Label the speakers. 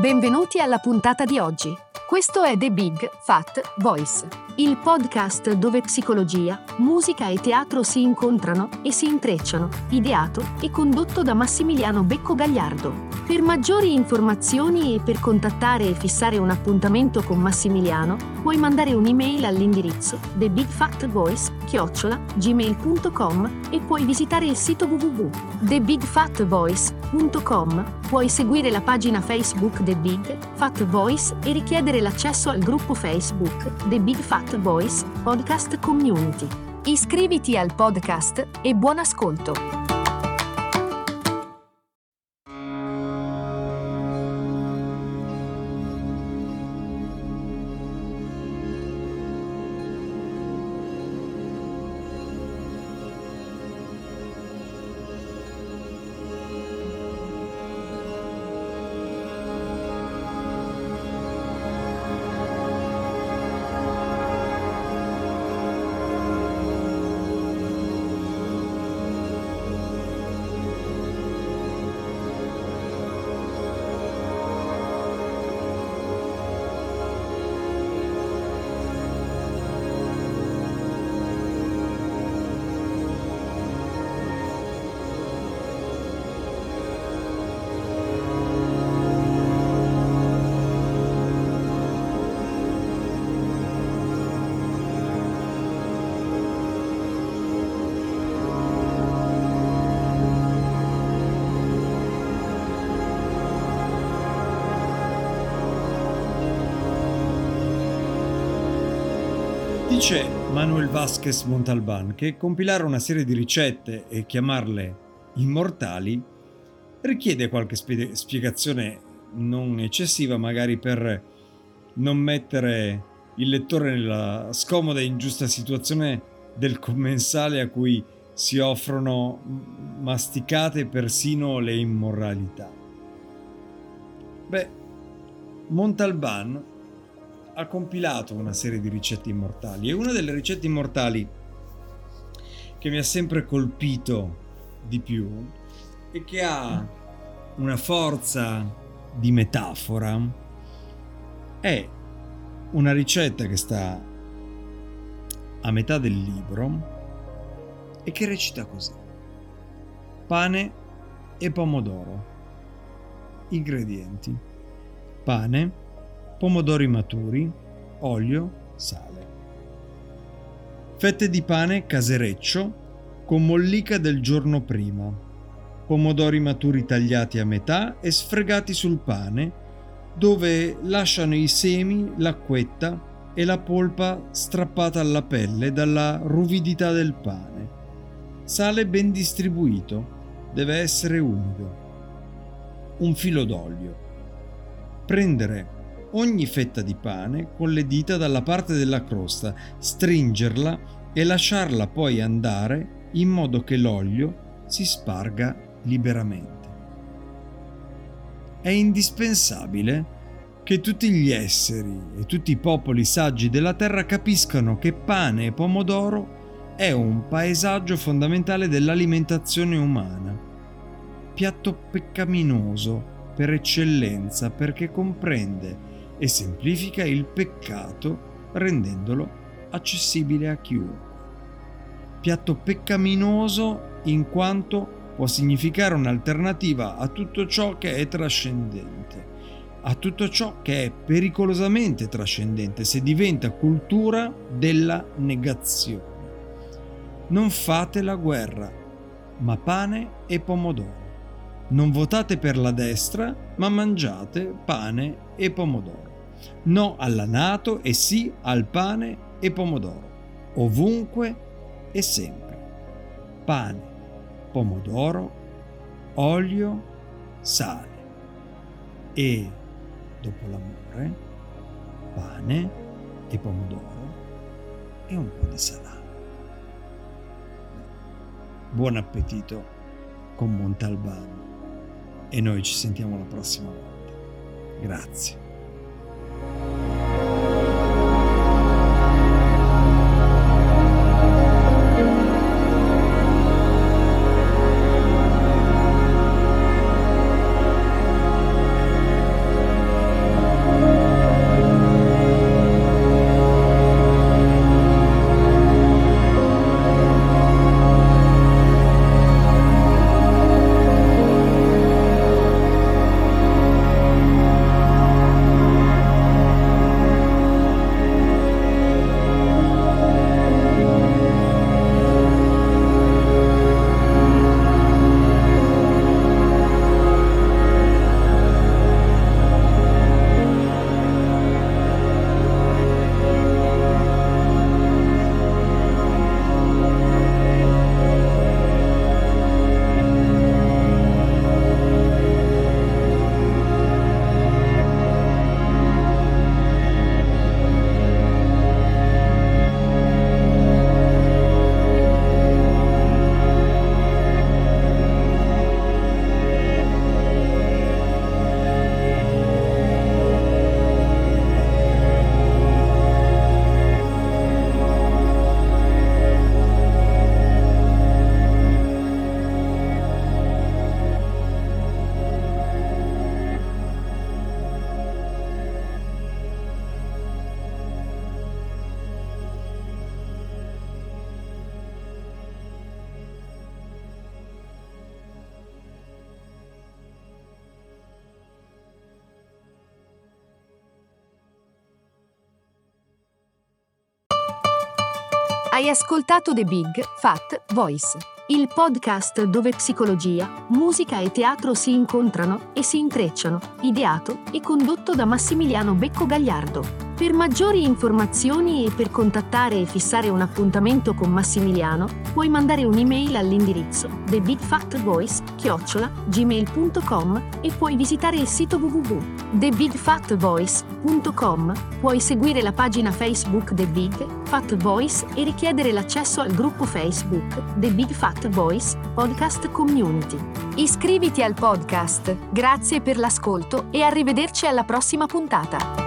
Speaker 1: Benvenuti alla puntata di oggi. Questo è The Big Fat Voice, il podcast dove psicologia, musica e teatro si incontrano e si intrecciano, ideato e condotto da Massimiliano Becco Gagliardo. Per maggiori informazioni e per contattare e fissare un appuntamento con Massimiliano, puoi mandare un'email all'indirizzo thebigfatvoice@gmail.com e puoi visitare il sito www.thebigfatvoice.com. Puoi seguire la pagina Facebook The Big Fat Voice e richiedere l'accesso al gruppo Facebook The Big Fat Voice Podcast Community. Iscriviti al podcast e buon ascolto!
Speaker 2: Dice Manuel Vázquez Montalbán che compilare una serie di ricette e chiamarle immortali richiede qualche spiegazione non eccessiva, magari per non mettere il lettore nella scomoda e ingiusta situazione del commensale a cui si offrono masticate persino le immoralità. Montalbán ha compilato una serie di ricette immortali e una delle ricette immortali che mi ha sempre colpito di più e che ha una forza di metafora è una ricetta che sta a metà del libro e che recita così: pane e pomodoro. Ingredienti: pane, pomodori maturi, olio, sale. Fette di pane casereccio con mollica del giorno prima. Pomodori maturi tagliati a metà e sfregati sul pane, dove lasciano i semi, l'acquetta e la polpa strappata alla pelle dalla ruvidità del pane. Sale ben distribuito, deve essere umido. Un filo d'olio. Prendere ogni fetta di pane con le dita dalla parte della crosta, stringerla e lasciarla poi andare in modo che l'olio si sparga liberamente. È indispensabile che tutti gli esseri e tutti i popoli saggi della terra capiscano che pane e pomodoro è un paesaggio fondamentale dell'alimentazione umana, piatto peccaminoso per eccellenza perché comprende e semplifica il peccato rendendolo accessibile a chiunque. Piatto peccaminoso in quanto può significare un'alternativa a tutto ciò che è trascendente, a tutto ciò che è pericolosamente trascendente se diventa cultura della negazione. Non fate la guerra, ma pane e pomodoro. Non votate per la destra, ma mangiate pane e pomodoro. No alla NATO e sì al pane e pomodoro, ovunque e sempre. Pane, pomodoro, olio, sale. E dopo l'amore, pane e pomodoro e un po' di salame. Buon appetito con Montalbán e noi ci sentiamo la prossima volta. Grazie.
Speaker 1: Hai ascoltato The Big Fat Voice, il podcast dove psicologia, musica e teatro si incontrano e si intrecciano, ideato e condotto da Massimiliano Becco Gagliardo. Per maggiori informazioni e per contattare e fissare un appuntamento con Massimiliano, puoi mandare un'email all'indirizzo thebigfatvoice@gmail.com e puoi visitare il sito www.thebigfatvoice.com. Puoi seguire la pagina Facebook The Big Fat Voice e richiedere l'accesso al gruppo Facebook The Big Fat Voice Podcast Community. Iscriviti al podcast. Grazie per l'ascolto e arrivederci alla prossima puntata.